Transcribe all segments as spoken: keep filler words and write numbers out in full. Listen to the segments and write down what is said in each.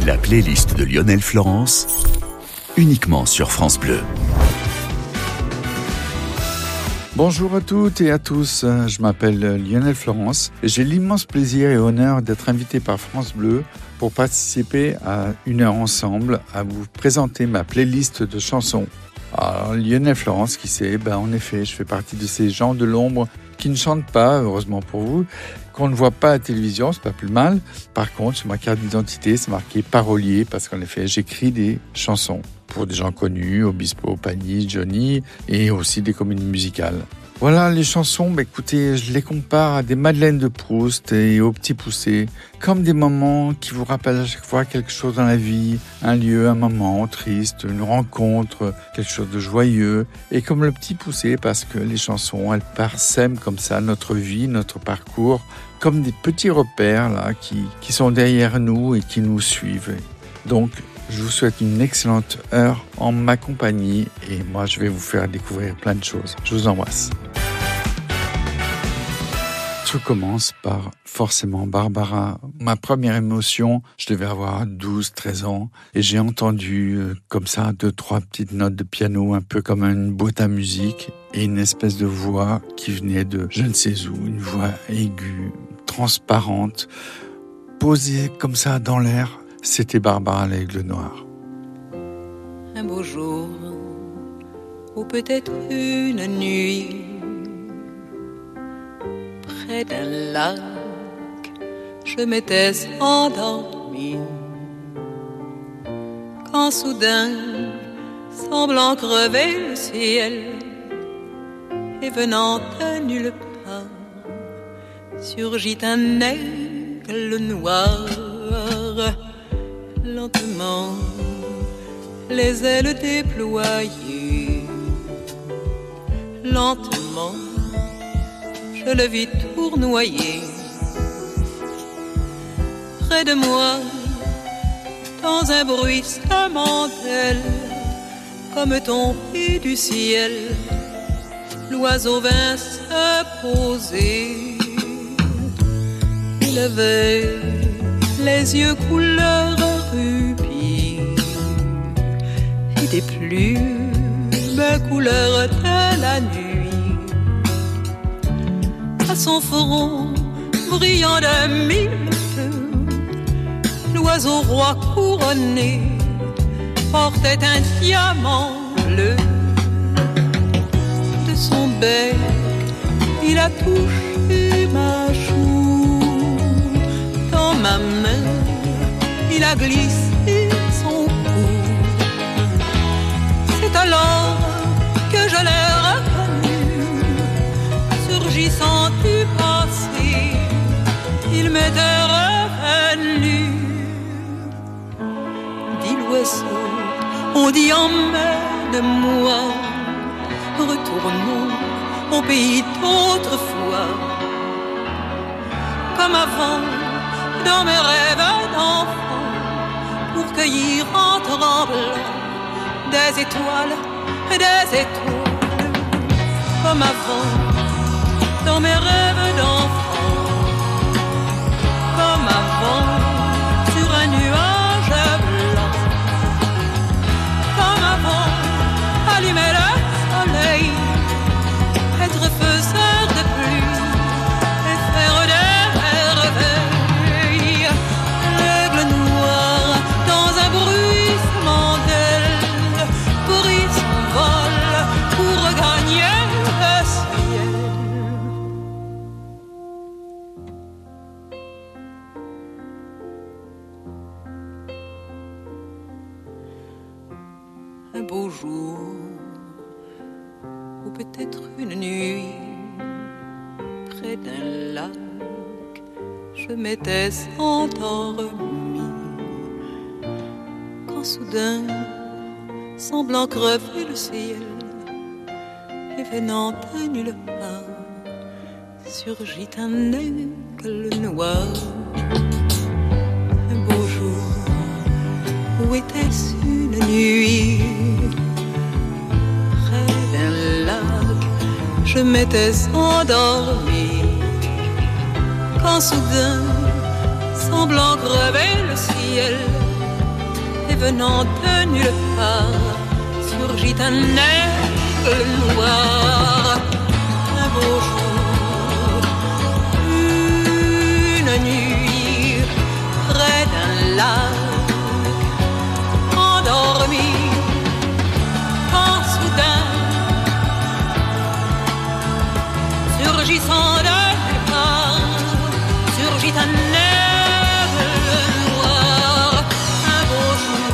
La playlist de Lionel Florence, uniquement sur France Bleu. Bonjour à toutes et à tous, je m'appelle Lionel Florence et j'ai l'immense plaisir et honneur d'être invité par France Bleu pour participer à Une heure ensemble, à vous présenter ma playlist de chansons. Alors Lionel Florence, qui sait, ben en effet, je fais partie de ces gens de l'ombre qui ne chantent pas, heureusement pour vous, qu'on ne voit pas à la télévision, c'est pas plus mal. Par contre, sur ma carte d'identité, c'est marqué parolier, parce qu'en effet, j'écris des chansons pour des gens connus, Obispo, Pagny, Johnny, et aussi des comédies musicales. Voilà, les chansons, bah écoutez, je les compare à des Madeleines de Proust et aux Petits Poussés, comme des moments qui vous rappellent à chaque fois quelque chose dans la vie, un lieu, un moment triste, une rencontre, quelque chose de joyeux, et comme le Petit Poussé, parce que les chansons, elles parsèment comme ça notre vie, notre parcours, comme des petits repères là qui, qui sont derrière nous et qui nous suivent. Donc, je vous souhaite une excellente heure en ma compagnie et moi je vais vous faire découvrir plein de choses. Je vous embrasse. Tout commence par forcément Barbara. Ma première émotion, je devais avoir douze treize ans et j'ai entendu euh, comme ça deux, trois petites notes de piano, un peu comme une boîte à musique et une espèce de voix qui venait de je ne sais où, une voix aiguë, transparente, posée comme ça dans l'air. C'était Barbara l'Aigle Noir. Un beau jour, ou peut-être une nuit, près d'un lac, je m'étais endormie. Quand soudain, semblant crever le ciel, et venant de nulle part, surgit un aigle noir. Lentement, les ailes déployées, lentement, je le vis tournoyer. Près de moi, dans un bruissement d'ailes, comme tombé du ciel, l'oiseau vint se poser. Il avait les yeux couleur rubis et des plumes couleur de la nuit. À son front brillant de mille feux, l'oiseau roi couronné portait un diamant bleu. De son bec il a touché ma joue, dans ma main il a glissé son cou. C'est alors que je l'ai reconnu, surgissant du passé, il m'était revenu. Dit l'oiseau, on dit emmène-moi, retournons au pays d'autrefois, comme avant, dans mes rêves d'enfant, pour cueillir en tremblant des étoiles, des étoiles, comme avant, dans mes rêves d'enfant, comme avant, sur un nuage blanc, comme avant, allumer le soleil, être faiseur de pluie et faire des merveilles. L'aigle noir dans un bruissement d'ailes prit son vol pour regagner le ciel. Un beau jour, ou peut-être une nuit, près d'un lac, je m'étais endormie. Quand soudain, semblant crever le ciel, et venant de nulle part, surgit un aigle noir. Un beau jour, où était-ce une nuit, près d'un lac, je m'étais endormie. Quand soudain, semblant crever le ciel, venant de nulle part, surgit un aigle noir. Un beau jour, une nuit, près d'un lac, endormi, quand soudain, surgissant de nulle part, surgit un aigle noir. Un beau jour,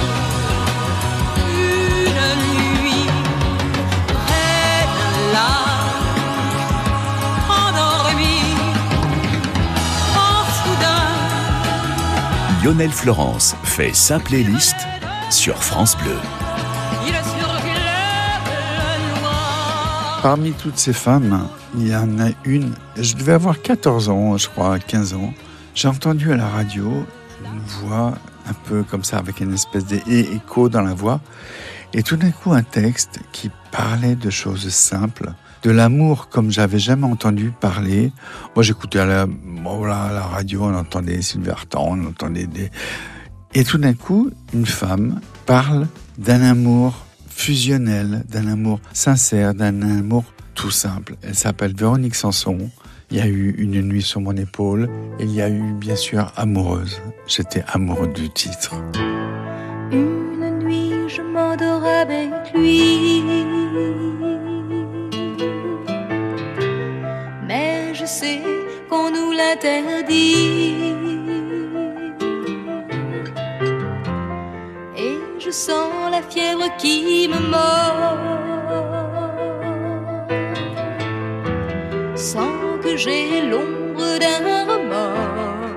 une nuit, près d'un lac, endormi, quand soudain. Lionel Florence fait sa playlist sur France Bleu. Il surgit l'aigle noir. Parmi toutes ces femmes, il y en a une, je devais avoir quatorze ans, je crois, quinze ans. J'ai entendu à la radio une voix un peu comme ça, avec une espèce d'écho dans la voix. Et tout d'un coup, un texte qui parlait de choses simples, de l'amour comme j'avais jamais entendu parler. Moi, j'écoutais à la, bon, voilà, à la radio, on entendait Sylvie Vartan, on entendait des... Et tout d'un coup, une femme parle d'un amour fusionnel, d'un amour sincère, d'un amour tout simple. Elle s'appelle Véronique Sanson. Il y a eu Une nuit sur mon épaule. Et il y a eu, bien sûr, Amoureuse. J'étais amoureux du titre. Une nuit, je m'endors avec lui. Mais je sais qu'on nous l'interdit. Et je sens la fièvre qui me mord, sans que j'ai l'ombre d'un remords.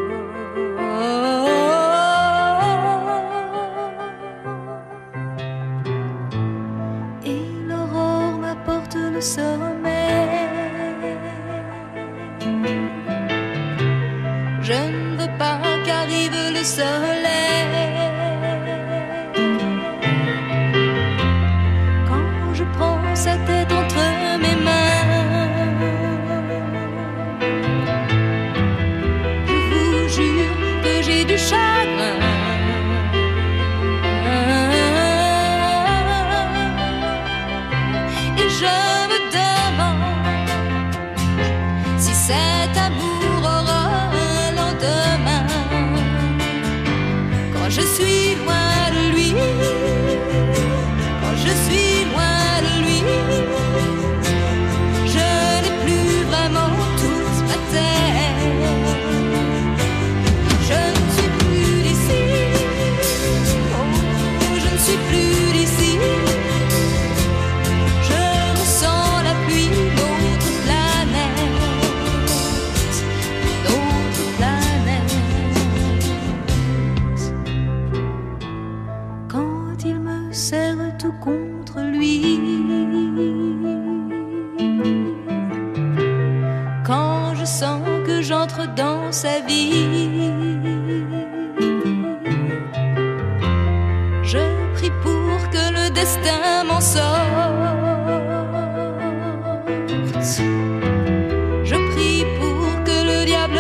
Et l'aurore m'apporte le sommeil. Je ne veux pas qu'arrive le soleil. Quand je prends sa tête entre mes mains, je vous jure que j'ai du chagrin. Et je me demande si cet amour aura un lendemain. Quand je suis loin de lui, quand je suis loin de lui, je n'ai plus vraiment toute ma terre. Je ne suis plus d'ici, oh, je ne suis plus d'ici. Je ressens la pluie d'autres planètes, d'autres planètes. Quand il me serre tout contre lui, quand je sens que j'entre dans sa vie, je prie pour que le destin m'en sorte. Je prie pour que le diable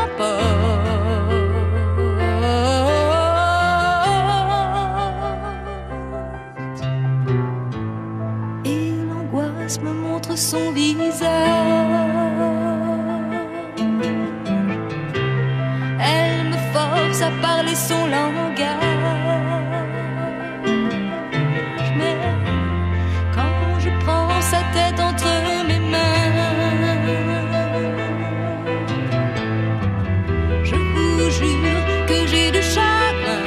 m'emporte. Et l'angoisse me montre son visage. Elle me force à parler son langage. Mais quand je prends sa tête entre mes mains, je vous jure que j'ai du chagrin.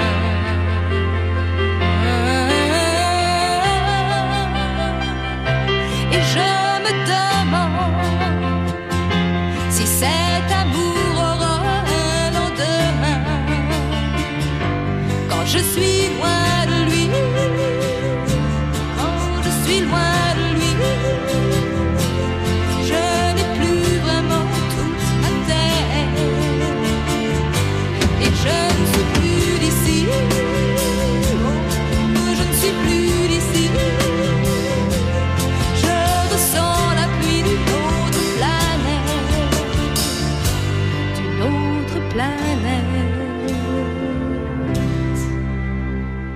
Et je me demande si cet amour aura un lendemain. Quand je suis loin de lui, quand je suis loin de lui, je n'ai plus vraiment toute ma terre. Et je ne suis plus d'ici, oh, je ne suis plus d'ici. Je ressens la pluie d'une autre planète, d'une autre planète.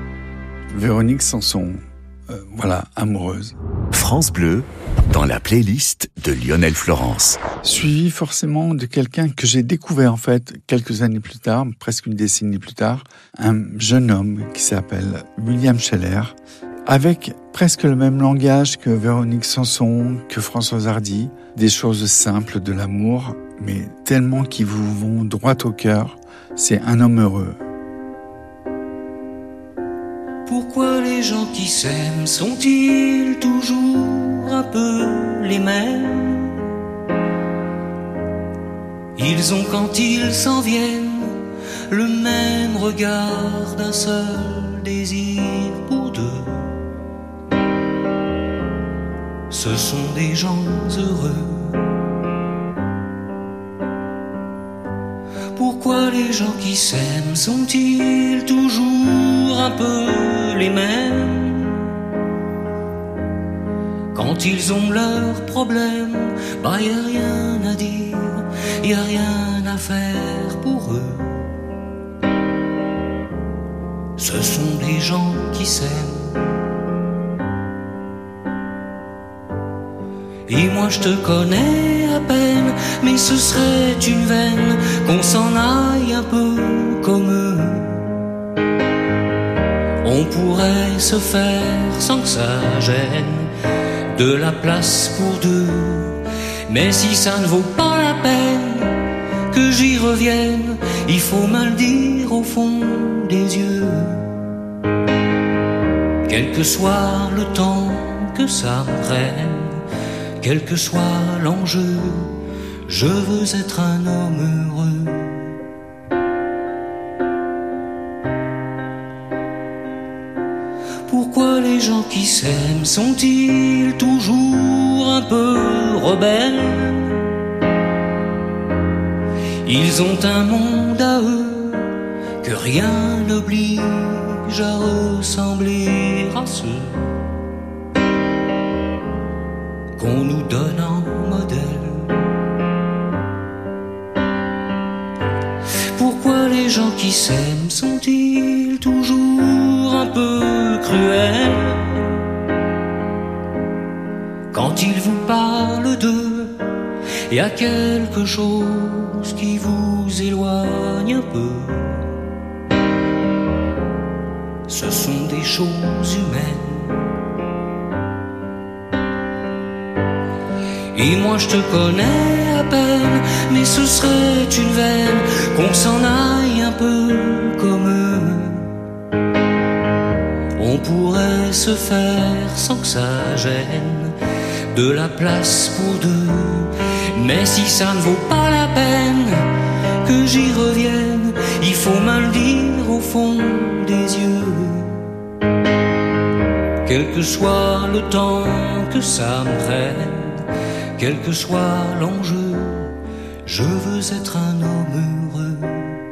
Véronique Sanson, euh, voilà, amoureuse. France Bleu, dans la playlist de Lionel Florence. Suivi forcément de quelqu'un que j'ai découvert en fait quelques années plus tard, presque une décennie plus tard, un jeune homme qui s'appelle William Scheller, avec presque le même langage que Véronique Sanson, que Françoise Hardy, des choses simples de l'amour, mais tellement qui vous vont droit au cœur. C'est un homme heureux. Pourquoi les gens qui s'aiment sont-ils toujours un peu les mêmes? Ils ont quand ils s'en viennent le même regard d'un seul désir pour deux. Ce sont des gens heureux. Pourquoi les gens qui s'aiment sont-ils toujours un peu les mêmes? Quand ils ont leurs problèmes, bah y a rien à dire, y a rien à faire pour eux. Ce sont des gens qui s'aiment. Et moi je te connais à peine, mais ce serait une veine qu'on s'en aille un peu comme eux. On pourrait se faire sans que ça gêne de la place pour deux. Mais si ça ne vaut pas la peine que j'y revienne, il faut me le dire au fond des yeux. Quel que soit le temps que ça me prenne, quel que soit l'enjeu, je veux être un homme heureux. Pourquoi les gens qui s'aiment sont-ils toujours un peu rebelles? Ils ont un monde à eux que rien n'oblige à ressembler à ceux qu'on nous donne en modèle. Pourquoi les gens qui s'aiment sont-ils toujours un peu cruels? Quand ils vous parlent d'eux, il y a quelque chose qui vous éloigne un peu. Ce sont des choses humaines. Et moi je te connais à peine, mais ce serait une veine qu'on s'en aille un peu comme eux. On pourrait se faire sans que ça gêne de la place pour deux. Mais si ça ne vaut pas la peine que j'y revienne, il faut me le dire au fond des yeux. Quel que soit le temps que ça me prenne, quel que soit l'enjeu, je veux être un homme heureux.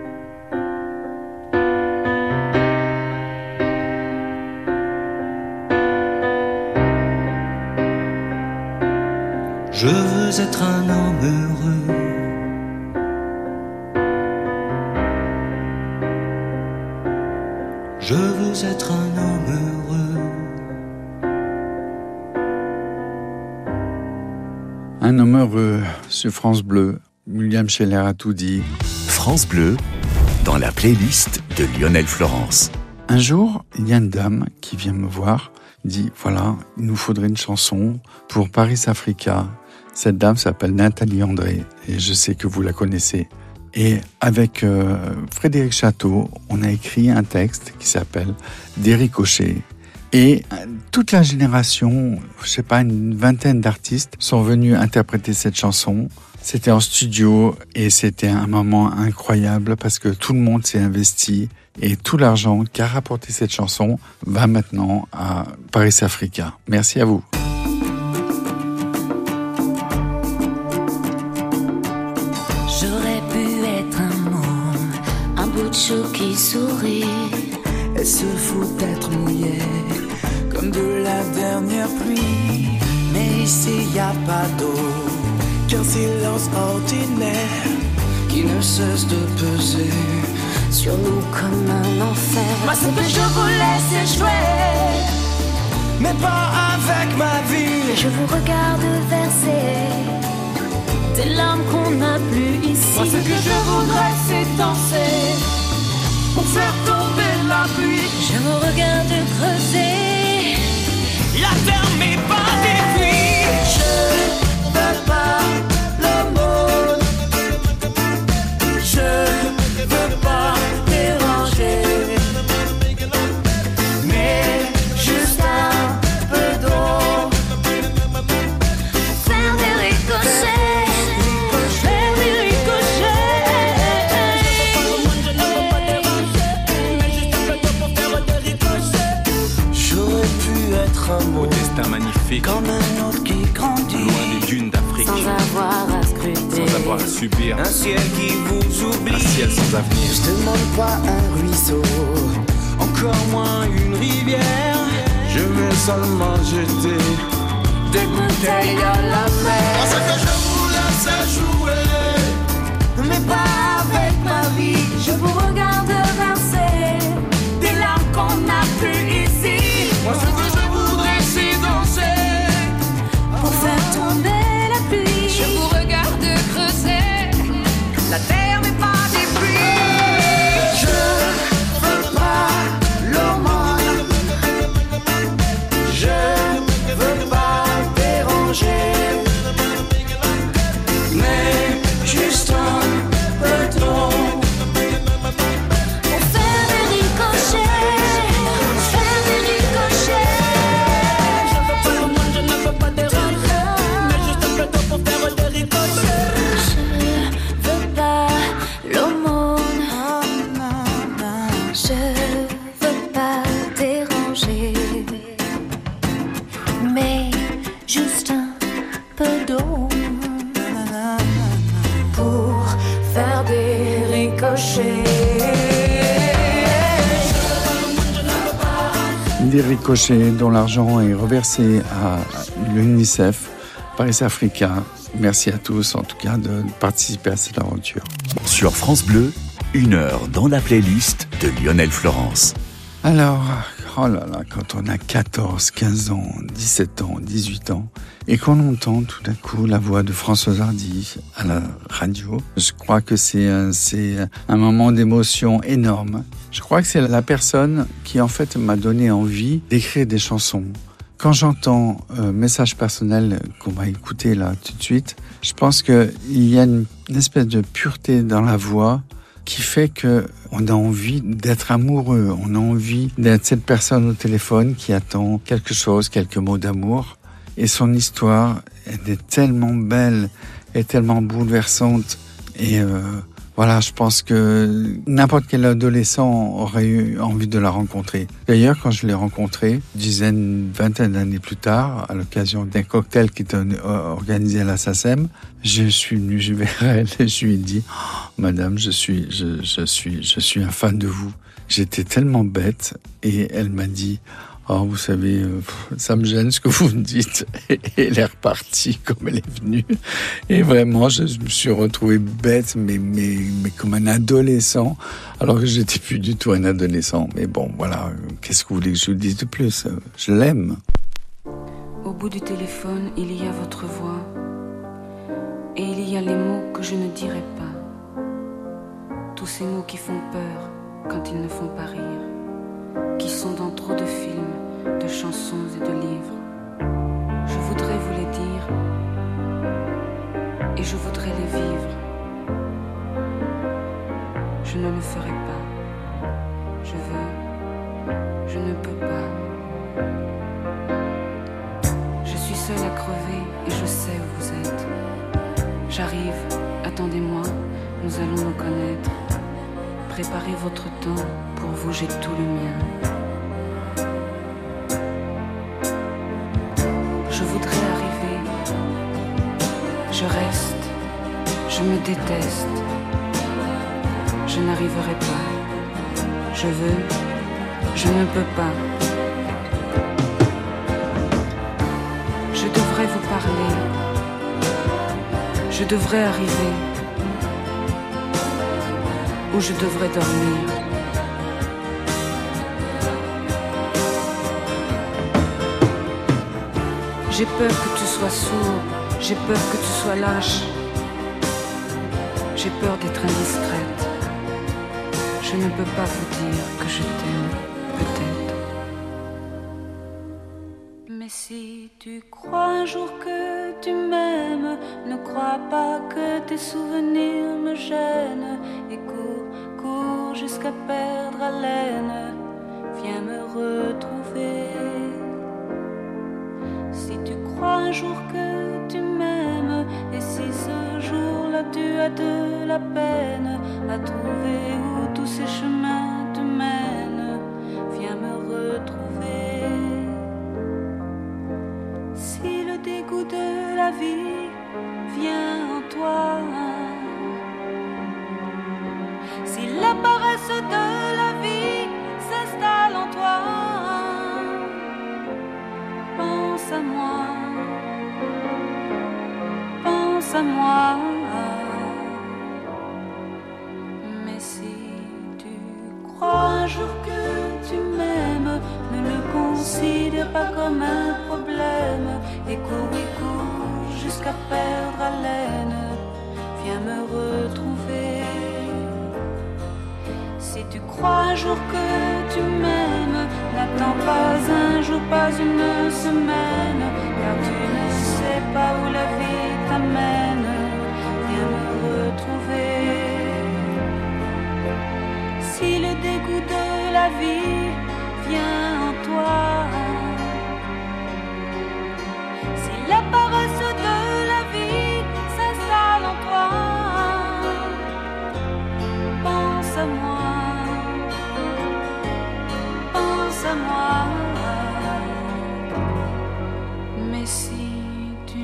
Je veux être un homme heureux. Je veux être un homme heureux. Un homme heureux sur France Bleu. William Scheller a tout dit. France Bleu, dans la playlist de Lionel Florence. Un jour, il y a une dame qui vient me voir, dit voilà, il nous faudrait une chanson pour Paris Africa. Cette dame s'appelle Nathalie André et je sais que vous la connaissez. Et avec euh, Frédéric Château, on a écrit un texte qui s'appelle Des ricochets. Et toute la génération, je sais pas, une vingtaine d'artistes sont venus interpréter cette chanson. C'était en studio et c'était un moment incroyable parce que tout le monde s'est investi et tout l'argent qu'a rapporté cette chanson va maintenant à Paris Africa. Merci à vous. J'aurais pu être un môme, un bout de chou qui sourit. Elle se fout d'être mouillée comme de la dernière pluie. Mais ici y a pas d'eau qu'un silence ordinaire qui ne cesse de peser sur nous comme un enfer. Moi ce que je voulais c'est jouer, mais pas avec ma vie. Je vous regarde verser des larmes qu'on n'a plus ici. Moi ce que je voudrais c'est danser pour faire tomber la pluie. Je vous regarde creuser la terre mais pas des pluies. Je veux pas l'amour, je veux pas déranger, mais juste un peu d'eau. faire des ricochets, faire des ricochets. J'aurais pu être un mot Au destin magnifique, comme un autre qui grandit, loin des dunes d'Afrique, Sans avoir à scruter, sans avoir à subir un ciel qui vous oublie. un ciel sans avenir. Je demande pas un ruisseau, encore moins une rivière. Je veux seulement jeter des bouteilles à la mer. Moi, ce que je voulais, c'est jouer, mais pas avec ma vie. je vous regarde verser Des larmes qu'on n'a plus ici. Moi, ce que je voudrais, c'est danser pour faire tomber la pluie. Je vous regarde creuser la terre, mais pas des pluies. Je veux pas l'aumône, je veux pas déranger, mais juste un peu d'eau. Pour faire des ricochets, faire des ricochets. Je veux pas l'aumône, je ne veux pas déranger, mais juste un peu d'eau pour faire des ricochets. Je veux pas l'aumône, je veux pas déranger, mais juste un peu d'eau pour faire des ricochets. Des ricochets dont l'argent est reversé à l'UNICEF, Paris Africa. Merci à tous en tout cas de participer à cette aventure. Sur France Bleu, une heure dans la playlist de Lionel Florence. Alors, oh là là, quand on a quatorze, quinze ans, dix-sept ans, dix-huit ans, et qu'on entend tout d'un coup la voix de Françoise Hardy à la radio, je crois que c'est un, c'est un moment d'émotion énorme. Je crois que c'est la personne qui en fait m'a donné envie d'écrire des chansons. Quand j'entends euh, message personnel qu'on va écouter là tout de suite, je pense qu'il y a une, une espèce de pureté dans la voix qui fait que on a envie d'être amoureux, on a envie d'être cette personne au téléphone qui attend quelque chose, quelques mots d'amour. Et son histoire, elle est tellement belle, elle est tellement bouleversante. Et euh, voilà, je pense que n'importe quel adolescent aurait eu envie de la rencontrer. D'ailleurs, quand je l'ai rencontrée, une dizaine, une vingtaine d'années plus tard, à l'occasion d'un cocktail qui était organisé à la S A C E M, je suis venu vers elle et je lui ai dit oh, « Madame, je suis, je, je, suis, je suis un fan de vous. » J'étais tellement bête et elle m'a dit « Oh, vous savez, ça me gêne ce que vous me dites. » Et elle est repartie comme elle est venue. Et vraiment, je me suis retrouvé bête, mais, mais, mais comme un adolescent, alors que j'étais plus du tout un adolescent. Mais bon, voilà, qu'est-ce que vous voulez que je vous dise de plus ? Je l'aime. Au bout du téléphone, il y a votre voix. Et il y a les mots que je ne dirai pas. Tous ces mots qui font peur quand ils ne font pas rire, qui sont dans trop de films, de chansons et de livres. Je voudrais vous les dire et je voudrais les vivre. Je ne le ferai pas. Je veux, je ne peux pas. Je suis seule à crever et je sais où vous êtes. J'arrive, attendez-moi, nous allons nous connaître. Préparez votre temps, pour vous j'ai tout le mien. Je voudrais arriver, je reste, je me déteste. Je n'arriverai pas, je veux, je ne peux pas. Je devrais vous parler, je devrais arriver, ou je devrais dormir. J'ai peur que tu sois sourd, j'ai peur que tu sois lâche. J'ai peur d'être indiscrète. Je ne peux pas vous dire que je t'aime, peut-être. Mais si tu crois un jour que tu m'aimes, ne crois pas que tes souvenirs me gênent. Et cours, cours jusqu'à perdre haleine. Viens me retrouver. Si tu crois un jour que tu m'aimes, et si ce jour-là tu as de la peine à trouver où tous ces chemins te mènent, viens me retrouver. Si le dégoût de la vie vient en toi, si la paresse de la vie s'installe en toi, pense à moi, pense à moi. Mais si tu crois un jour que tu m'aimes, ne le considère pas comme un problème. Et cours, et cours jusqu'à perdre haleine. Viens me retrouver. Si tu crois un jour que tu m'aimes, n'attends pas un jour, pas une semaine, car tu ne sais pas où la vie t'amène. Viens me retrouver. Si le dégoût de la vie vient en toi, si la paresse de la vie s'installe en toi, pense à moi, pense à moi. Mais si tu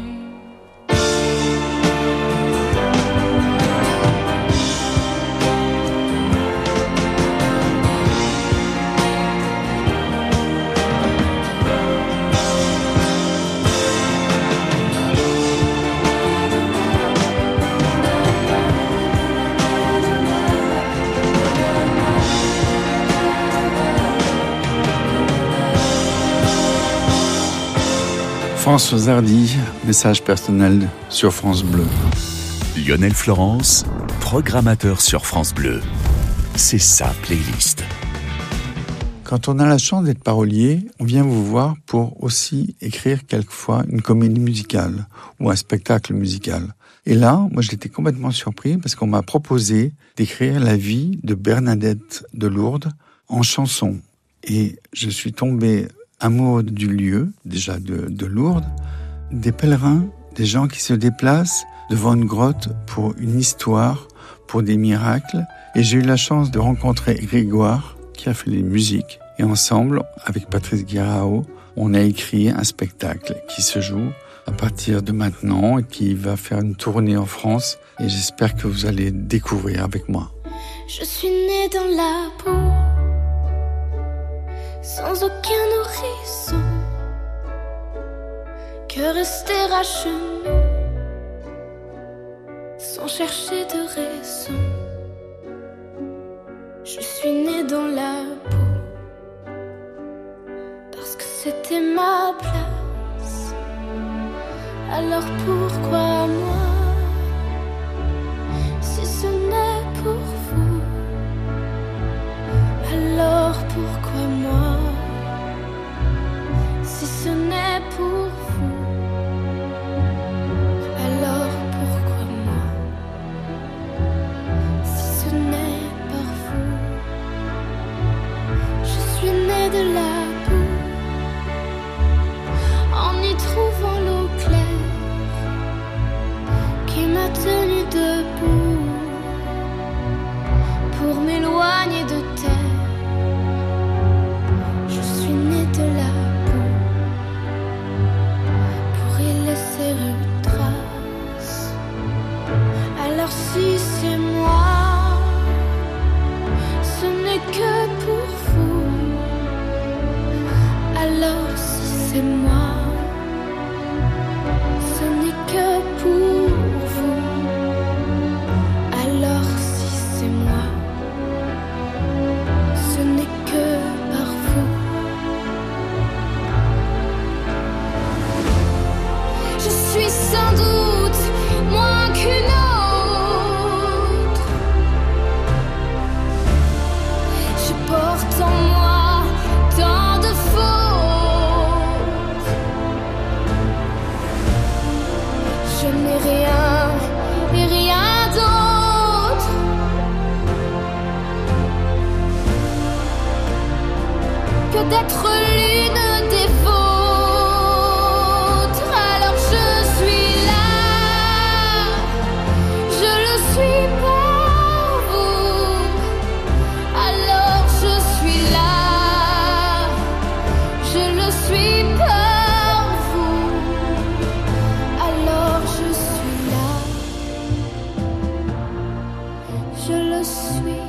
François Hardy, message personnel sur France Bleu. Lionel Florence, programmateur sur France Bleu. C'est sa playlist. Quand on a la chance d'être parolier, on vient vous voir pour aussi écrire quelquefois une comédie musicale ou un spectacle musical. Et là, moi j'étais complètement surpris parce qu'on m'a proposé d'écrire la vie de Bernadette de Lourdes en chanson. Et je suis tombé amoureux du lieu, déjà de, de Lourdes, des pèlerins, des gens qui se déplacent devant une grotte pour une histoire, pour des miracles. Et j'ai eu la chance de rencontrer Grégoire, qui a fait les musiques. Et ensemble, avec Patrice Guirao, on a écrit un spectacle qui se joue à partir de maintenant et qui va faire une tournée en France. Et j'espère que vous allez découvrir avec moi. Je suis née dans la boue, sans aucun nourrisson, que rester à genoux, sans chercher de raison. Je suis née dans la boue, parce que c'était ma place. Alors pourquoi moi, si ce n'est pour vous? Alors pourquoi moi, si ce n'est pour vous? Alors pourquoi moi, si ce n'est par vous? Je suis née de la boue, en y trouvant l'eau claire, que d'être l'une des vôtres. Alors je suis là, je le suis pour vous. Alors je suis là, je le suis pour vous. Alors je suis là, je le suis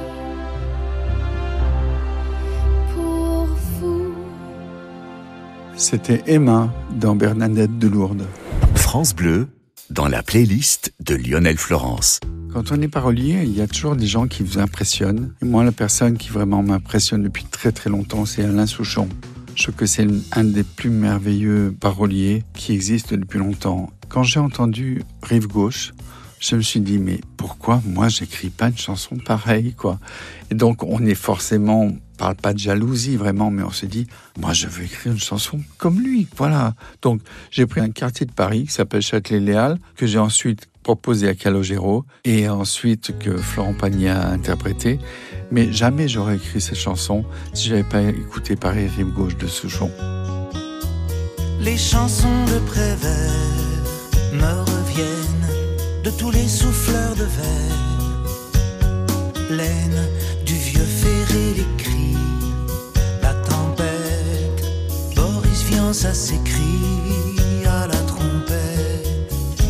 pour vous. C'était Emma dans Bernadette de Lourdes. France Bleu, dans la playlist de Lionel Florence. Quand on est parolier, il y a toujours des gens qui vous impressionnent. Et moi, la personne qui vraiment m'impressionne depuis très très longtemps, c'est Alain Souchon. Je trouve que c'est un des plus merveilleux paroliers qui existent depuis longtemps. Quand j'ai entendu Rive Gauche, je me suis dit, mais pourquoi moi j'écris pas une chanson pareille, quoi? Et donc on est forcément, on parle pas de jalousie vraiment, mais on se dit, moi je veux écrire une chanson comme lui, voilà. Donc j'ai pris un quartier de Paris qui s'appelle Châtelet-Léal, que j'ai ensuite proposé à Calogero, et ensuite que Florent Pagny a interprété. Mais jamais j'aurais écrit cette chanson si j'avais pas écouté Paris Rive Gauche de Souchon. Les chansons de Prévert me reviennent de tous les souffleurs de verre, laine du vieux ferré, les cris, la tempête, Boris Vian, ça s'écrie à la trompette.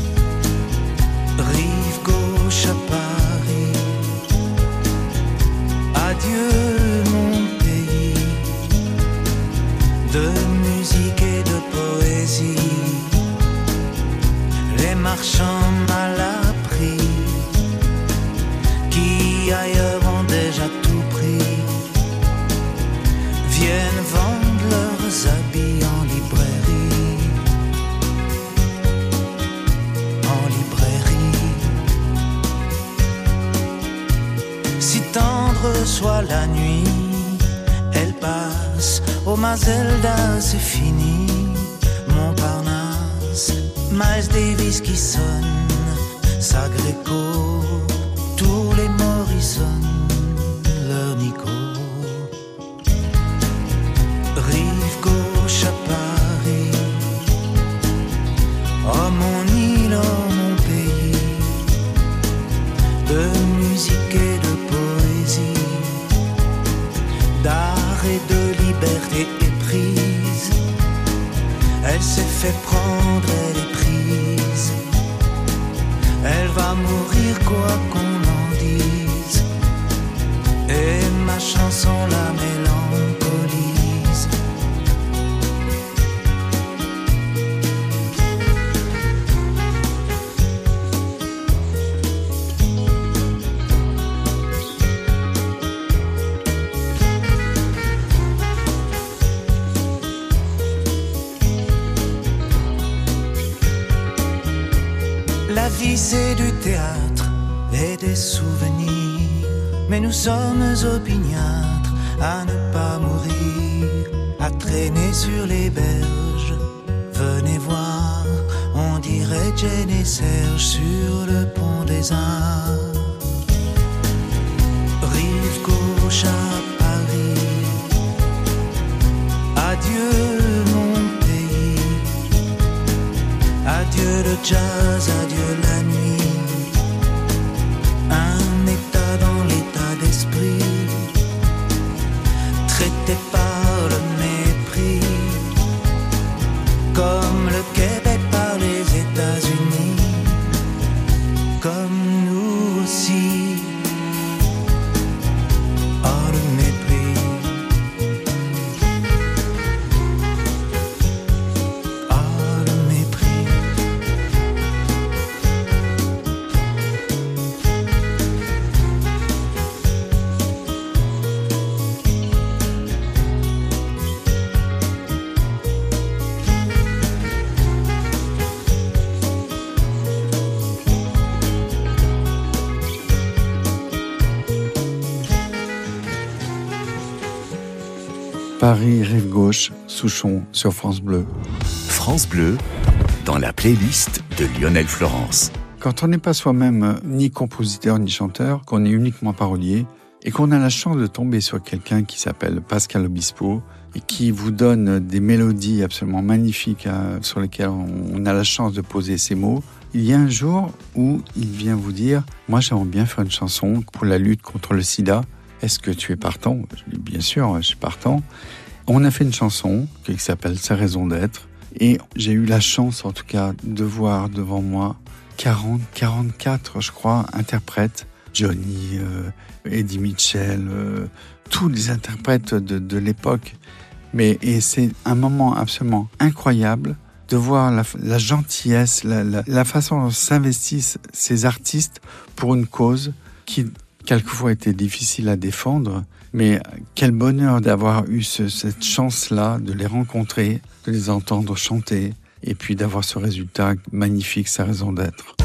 Rive gauche à Paris, adieu mon pays, de musique et de poésie. Les marchands mal appris, qui ailleurs ont déjà tout pris, viennent vendre leurs habits en librairie, en librairie. Si tendre soit la nuit, elle passe, oh ma Zelda, c'est fini, Montparnasse, Miles Davis qui sonne, Sagreco, tous les Morrison, leur Nico. Rive gauche à Paris, oh mon île, oh mon pays, de musique et de poésie, d'art et de liberté éprise. Elle s'est fait prendre, elle est prise. Elle va mourir quoi qu'on en dise. Et ma chanson la mélancolise. La vie c'est du théâtre et des souvenirs, mais nous sommes opiniâtres à ne pas mourir, à traîner sur les berges. Venez voir, on dirait Jane et Serge sur le pont des Arts. Rive gauche à Paris, adieu mon pays, adieu le jazz, adieu la nuit, un état dans l'état d'esprit, traité par le mépris, comme le Québec par les États-Unis, comme nous aussi. Oh le mépris, oh le mépris. Paris Rive Gauche, Souchon sur France Bleu. France Bleu, dans la playlist de Lionel Florence. Quand on n'est pas soi-même ni compositeur ni chanteur, qu'on est uniquement parolier, et qu'on a la chance de tomber sur quelqu'un qui s'appelle Pascal Obispo et qui vous donne des mélodies absolument magnifiques hein, sur lesquelles on a la chance de poser ses mots, il y a un jour où il vient vous dire « Moi, j'aimerais bien faire une chanson pour la lutte contre le sida. Est-ce que tu es partant ?» Je dis « Bien sûr, je suis partant. » On a fait une chanson qui s'appelle « Sa raison d'être » et j'ai eu la chance, en tout cas, de voir devant moi quarante, quarante-quatre, je crois, interprètes. Johnny, euh, Eddie Mitchell, euh, tous les interprètes de, de l'époque. Mais, et c'est un moment absolument incroyable de voir la, la gentillesse, la, la, la façon dont s'investissent ces artistes pour une cause qui, quelquefois, était difficile à défendre. Mais quel bonheur d'avoir eu ce, cette chance-là, de les rencontrer, de les entendre chanter, et puis d'avoir ce résultat magnifique, sa raison d'être.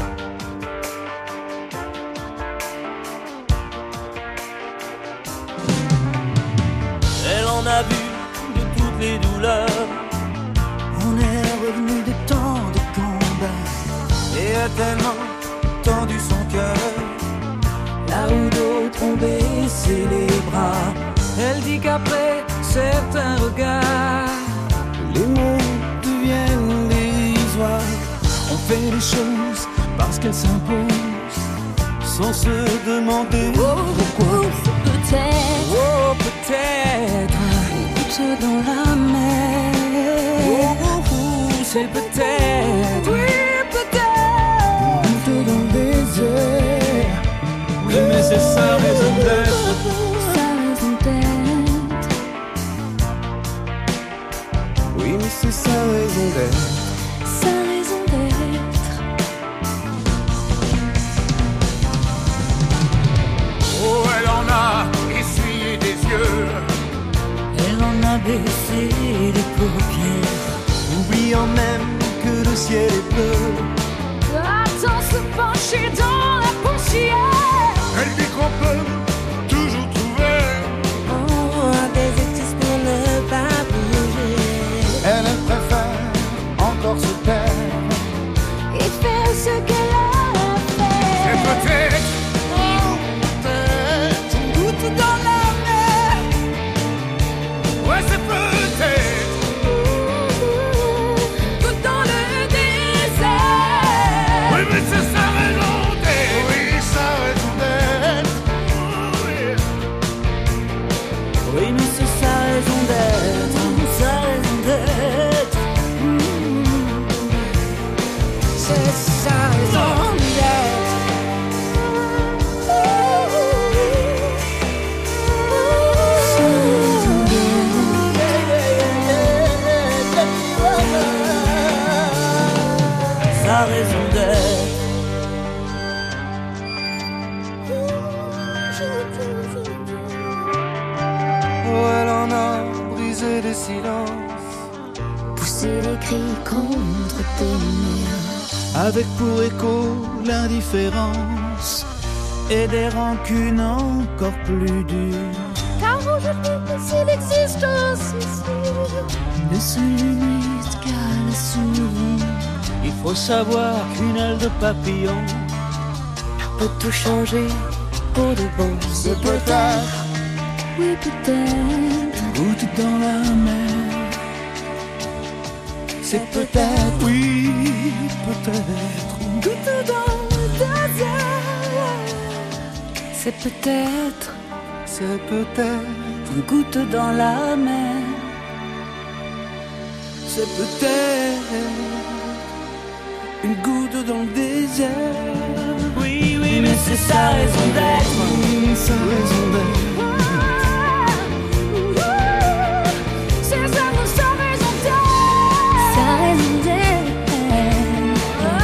Elle en a vu de toutes les douleurs. On est revenu de tant de combats et a tellement tendu son cœur. Là où d'autres ont baissé les bras, elle dit qu'après certains regards, les mots deviennent dérisoires. On fait les choses parce qu'elles s'imposent, sans se demander oh, pourquoi. Peut-être, oh peut-être, une goutte dans la mer. Oh, oh, oh c'est peut-être, oui peut-être, une goutte dans le désert. Oui mais c'est sa raison d'être. Sa raison d'être. Oui mais c'est sa raison d'être. Sa raison d'être. Oh elle en a essuyé des yeux, elle en a baissé les paupières, oubliant même que le ciel est bleu. Attends se pencher dans la poussière. elle dit qu'on peut toujours trouver oh, des excuses pour ne pas bouger. Elle préfère encore se taire et faire ce qu'elle a fait. c'est peut-être, Oh, peut-être une goutte dans la mer. ouais c'est peut-être, Goutte dans le désert. oui mais c'est sa raison d'être, oui sa raison d'être, oui. Oui, mais c'est sa raison d'être, sa raison d'être. Mmh. C'est sa raison d'être. Sa raison d'être. Sa raison d'être. Oh elle en a brisé des silences, Pousser les cris contre tes murs. avec pour écho l'indifférence et des rancunes encore plus dures. Car aujourd'hui, s'il existe un suicide, Ne se limite qu'à la souris. Il faut savoir qu'une aile de papillon peut tout changer pour de bon. C'est peut-être Oui, peut-être. une goutte dans la mer. C'est peut-être, oui, peut-être Une goutte dans le désert. C'est peut-être c'est peut-être, une goutte dans la mer. c'est peut-être une goutte dans le désert. Oui, oui, mais c'est sa raison d'être. Oui, sa raison d'être. c'est sa, sa raison d'être. Sa raison d'être.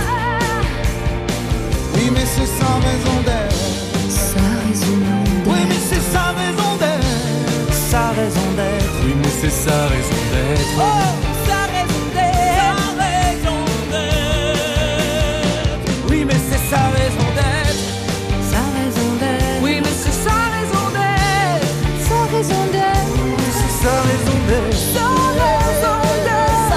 Oui, mais c'est sa raison d'être. Sa raison d'être. Oui, mais c'est sa raison d'être. Sa raison d'être. Oui, mais c'est sa raison d'être. Oh, sa raison d'être. Sa raison d'être. Oui, mais c'est sa raison d'être. Sa raison d'être. Oui, mais c'est sa raison d'être. Sa raison d'être. C'est sa raison d'être. Sa raison d'être.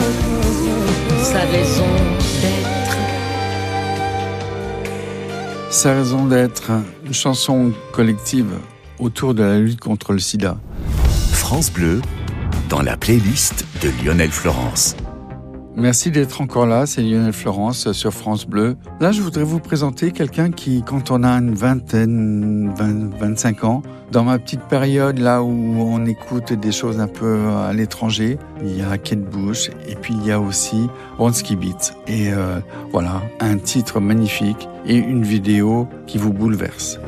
Sa raison d'être. Sa raison d'être. sa raison d'être, une chanson collective autour de la lutte contre le sida. France Bleu, dans la playlist de Lionel Florence. Merci d'être encore là, c'est Lionel Florence sur France Bleu. Là, je voudrais vous présenter quelqu'un qui, quand on a une vingtaine, vingt, vingt-cinq ans, dans ma petite période là où on écoute des choses un peu à l'étranger, il y a Kate Bush et puis il y a aussi Bronski Beat. Et euh, voilà, un titre magnifique et une vidéo qui vous bouleverse.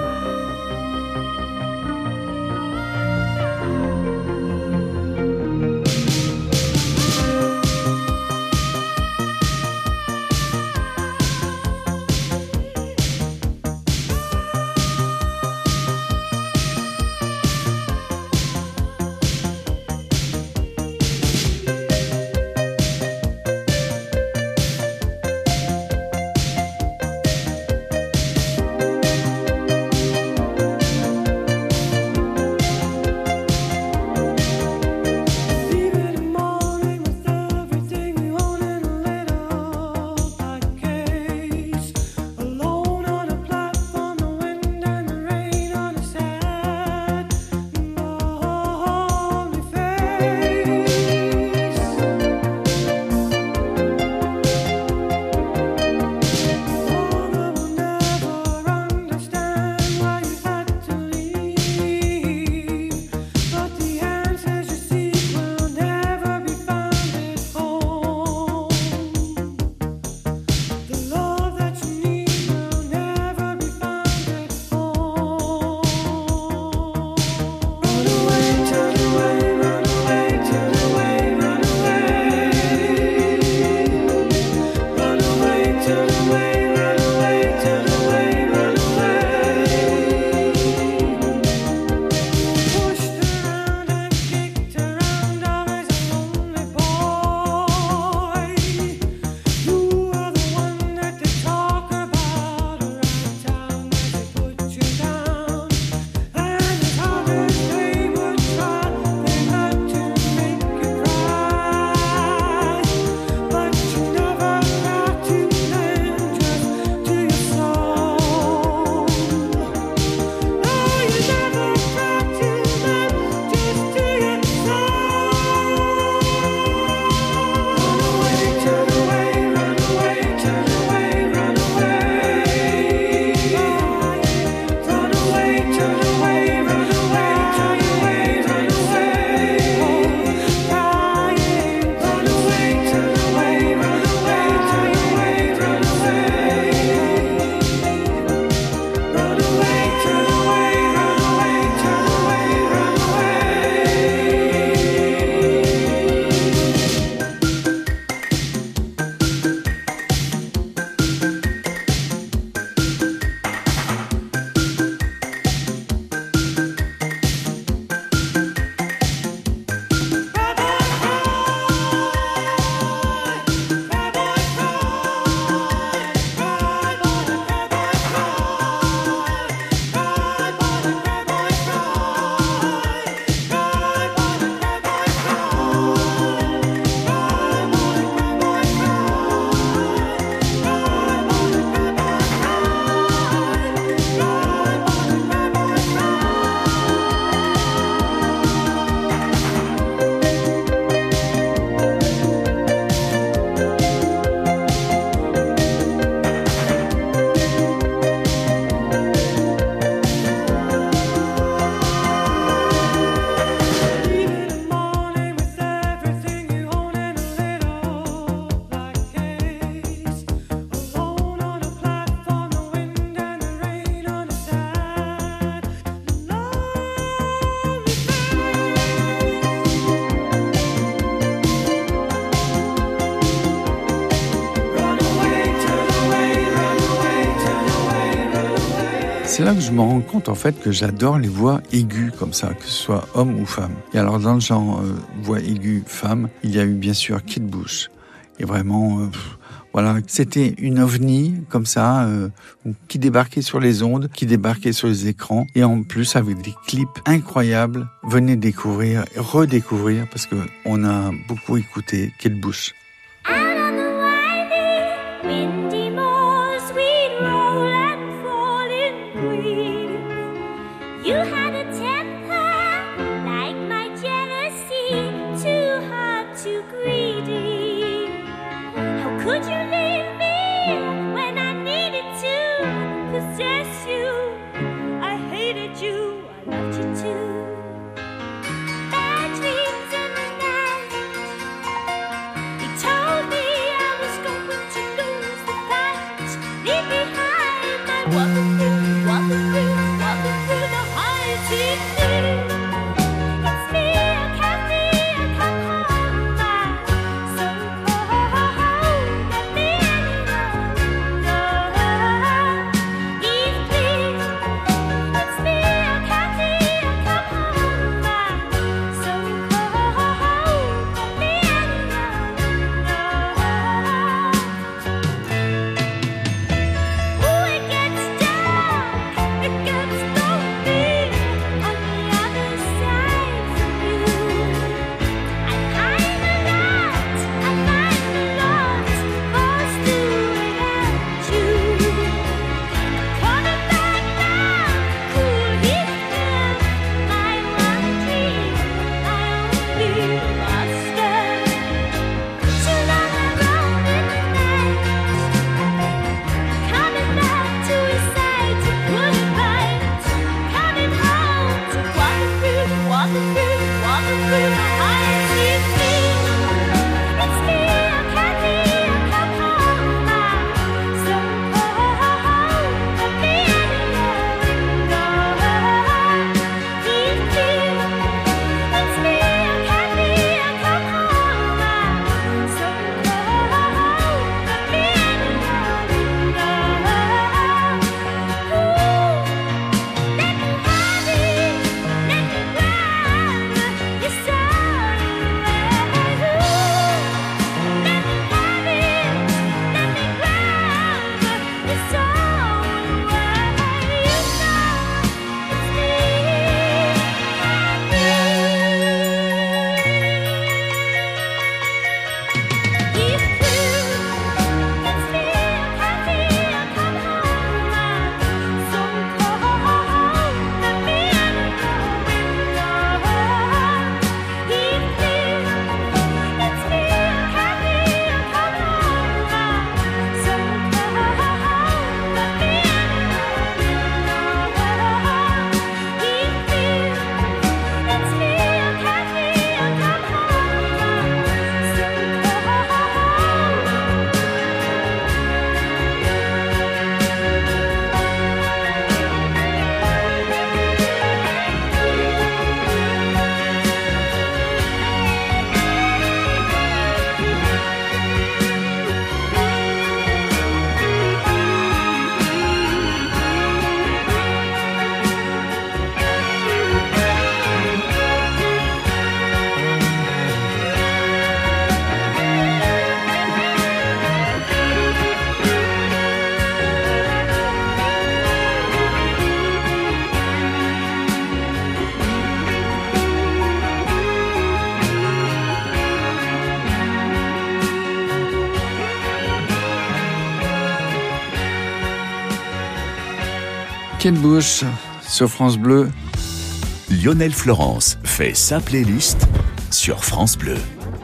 C'est là que je me rends compte en fait que j'adore les voix aiguës comme ça, que ce soit homme ou femme. Et alors dans le genre euh, voix aiguë femme, il y a eu bien sûr Kate Bush. Et vraiment, euh, pff, voilà, c'était une ovni comme ça, euh, qui débarquait sur les ondes, qui débarquait sur les écrans, et en plus avec des clips incroyables. Venez découvrir, redécouvrir, parce que on a beaucoup écouté Kate Bush. Out on the winding, windy moors we'd roll and Kate Bush sur France Bleu. Lionel Florence fait sa playlist sur France Bleu.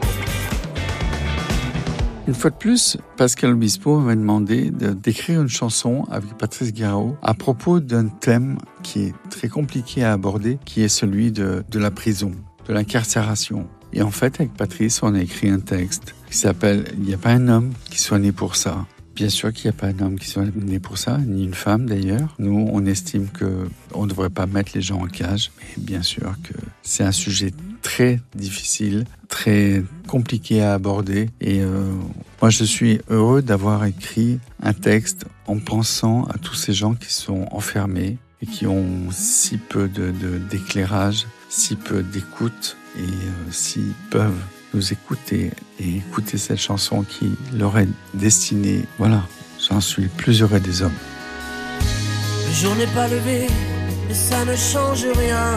Une fois de plus, Pascal Obispo m'a demandé de, d'écrire une chanson avec Patrice Garreau à propos d'un thème qui est très compliqué à aborder, qui est celui de, de la prison, de l'incarcération. Et en fait, avec Patrice, on a écrit un texte qui s'appelle « Il n'y a pas un homme qui soit né pour ça ». Bien sûr qu'il n'y a pas un homme qui soit né pour ça, ni une femme d'ailleurs. Nous, on estime qu'on ne devrait pas mettre les gens en cage, mais bien sûr que c'est un sujet très difficile, très compliqué à aborder. Et euh, moi, je suis heureux d'avoir écrit un texte en pensant à tous ces gens qui sont enfermés et qui ont si peu de, de, d'éclairage, si peu d'écoute, et euh, s'ils peuvent nous écouter et écouter cette chanson qui leur est destinée. Voilà, j'en suis le plus heureux des hommes. Le jour n'est pas levé, mais ça ne change rien.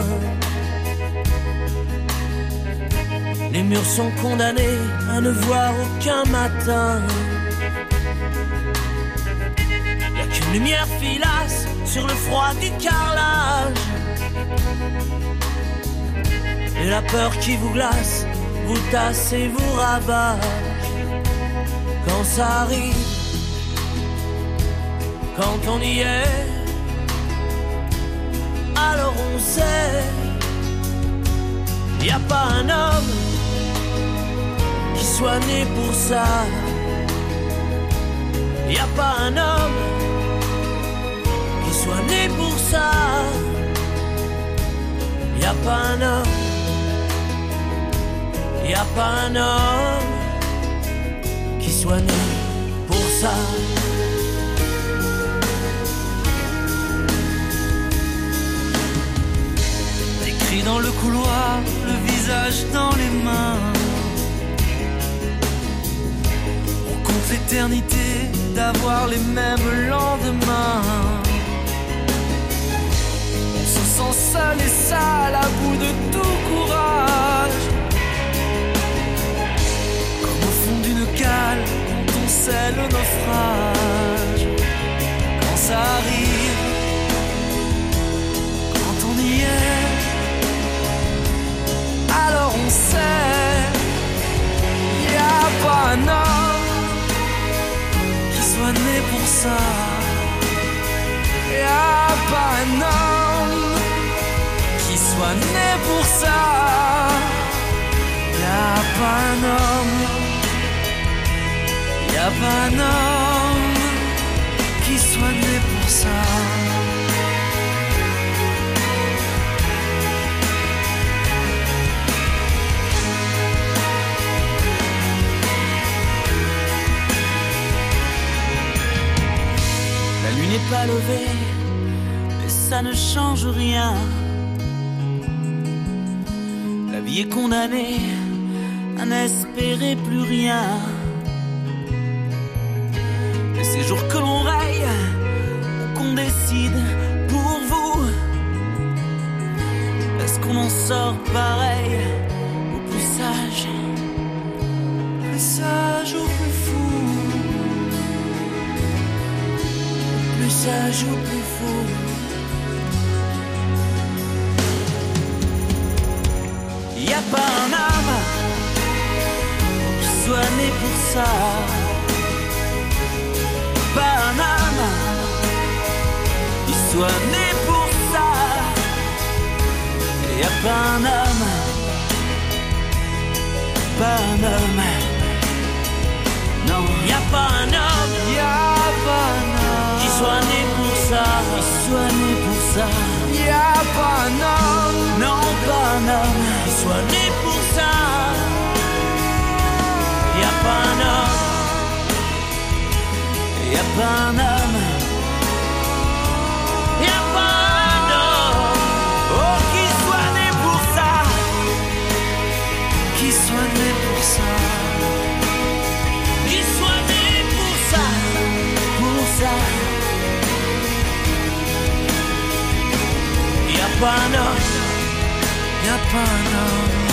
Les murs sont condamnés à ne voir aucun matin. Y'a qu'une lumière filasse sur le froid du carrelage. Et la peur qui vous glace vous tasse et vous rabâche. Quand ça arrive, quand on y est, alors on sait. Y a pas un homme qui soit né pour ça. Y a pas un homme qui soit né pour ça. Y a pas un homme. Y a pas un homme qui soit né pour ça. Écrit dans le couloir, le visage dans les mains. On compte l'éternité d'avoir les mêmes lendemains. On se sent seul et sale à bout de tout courage. Cale quand on sait le naufrage. Quand ça arrive, quand on y est, alors on sait. Y a pas un homme qui soit né pour ça. Y a pas un homme qui soit né pour ça. Y a pas un homme. Y'a pas un homme qui soit né pour ça. La lune n'est pas levée, mais ça ne change rien. La vie est condamnée à n'espérer plus rien. Ces jours que l'on raye ou qu'on décide pour vous, est-ce qu'on en sort pareil ou plus sage, plus sage ou plus fou, plus sage ou plus fou? Y a pas un homme qui soit né pour ça. Pas un homme qui soit né pour ça. Y a pas un homme, pas un homme. Non, y a pas un homme, y a pas un homme qui soit né pour ça, qui soit né pour ça. Y a pas un homme, non pas un homme qui soit né pour ça. Y a pas un homme. Y'a pas un homme, y'a pas un homme, oh, qui soit né pour ça, qui soit né pour ça, qui soit né pour ça, pour ça. Y'a pas un homme, y'a pas un homme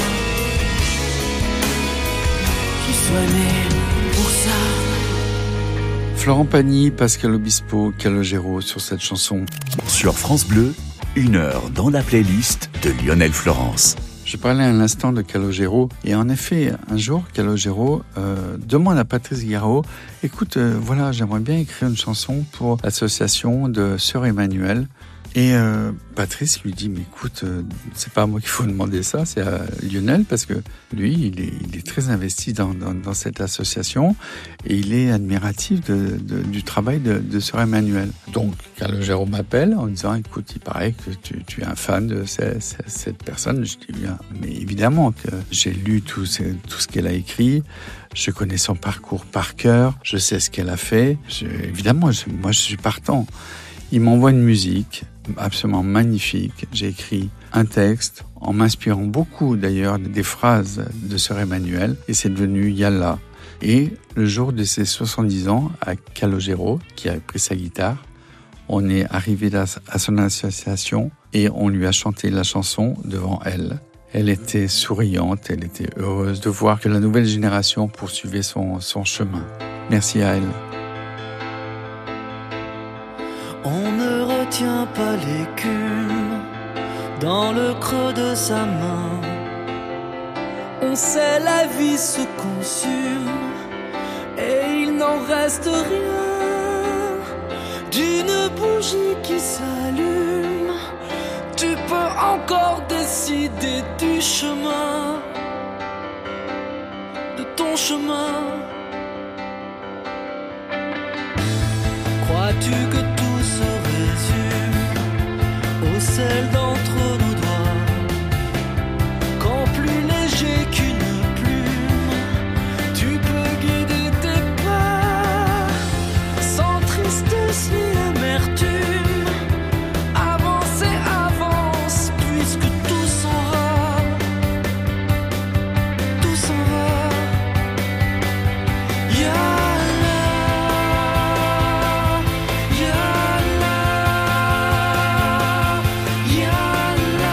qui soit né pour ça. Florent Pagny, Pascal Obispo, Calogero sur cette chanson. Sur France Bleu, une heure dans la playlist de Lionel Florence. Je parlais à l'instant de Calogero et en effet, un jour, Calogero euh, demande à Patrice Guiraud, écoute, euh, voilà, j'aimerais bien écrire une chanson pour l'association de Sœur Emmanuel. Et euh, Patrice lui dit, mais écoute, euh, c'est pas à moi qu'il faut demander ça, c'est à Lionel, parce que lui, il est, il est très investi dans, dans, dans cette association et il est admiratif de, de, du travail de, de Sœur Emmanuel. Donc, Calogero m'appelle en disant, écoute, il paraît que tu, tu es un fan de cette, cette, cette personne. Je dis, bien, mais évidemment que j'ai lu tout ce, tout ce qu'elle a écrit. Je connais son parcours par cœur, je sais ce qu'elle a fait. Je, évidemment, je, moi, je suis partant. Il m'envoie une musique absolument magnifique. J'ai écrit un texte en m'inspirant beaucoup d'ailleurs des phrases de Sœur Emmanuel et c'est devenu Yalla. Et le jour de ses soixante-dix ans, à Calogero, qui a pris sa guitare, on est arrivé à son association et on lui a chanté la chanson devant elle. Elle était souriante, elle était heureuse de voir que la nouvelle génération poursuivait son, son chemin. Merci à elle. On ne retient pas l'écume dans le creux de sa main. On sait la vie se consume et il n'en reste rien d'une bougie qui s'allume. Tu peux encore décider du chemin, de ton chemin. Crois-tu que tout se résume au sel d'entre nos doigts, quand plus léger qu'une plume, tu peux guider tes pas, sans tristesse ni amertume, avance et avance, puisque tout s'en va, tout s'en va. Yeah. La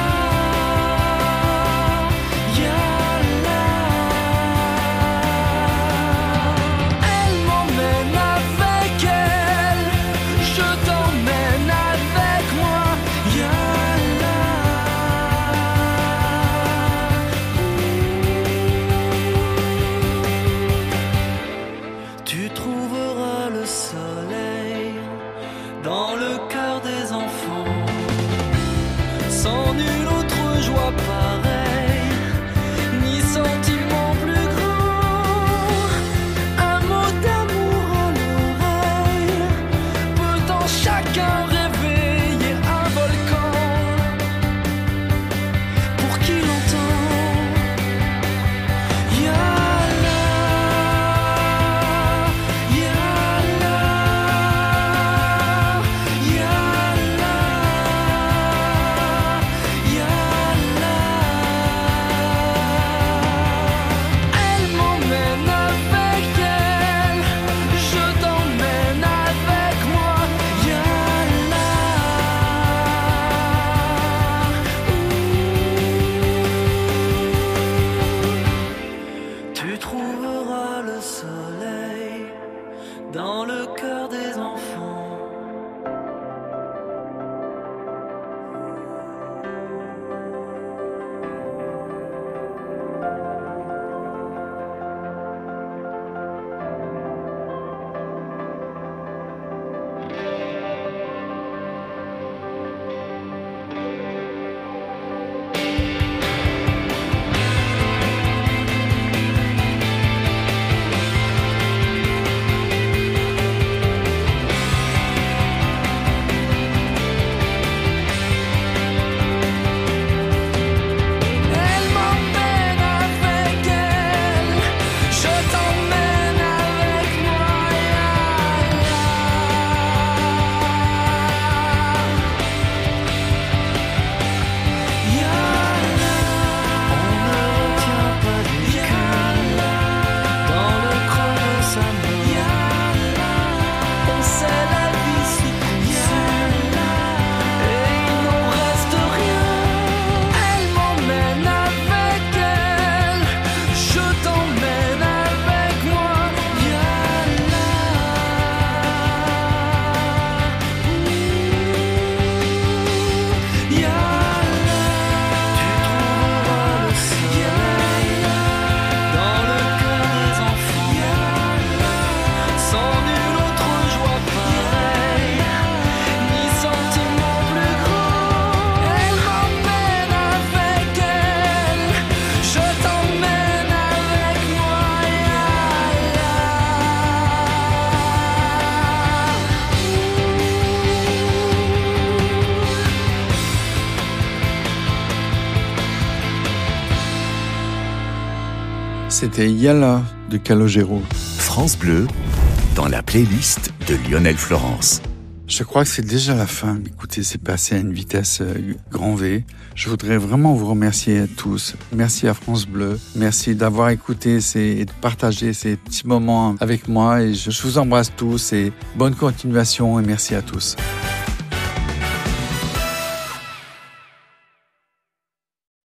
C'était Yalla de Calogero. France Bleu, dans la playlist de Lionel Florence. Je crois que c'est déjà la fin. Écoutez, c'est passé à une vitesse euh, grand V. Je voudrais vraiment vous remercier à tous. Merci à France Bleu. Merci d'avoir écouté ces, et de partager ces petits moments avec moi. Et je, je vous embrasse tous et bonne continuation et merci à tous.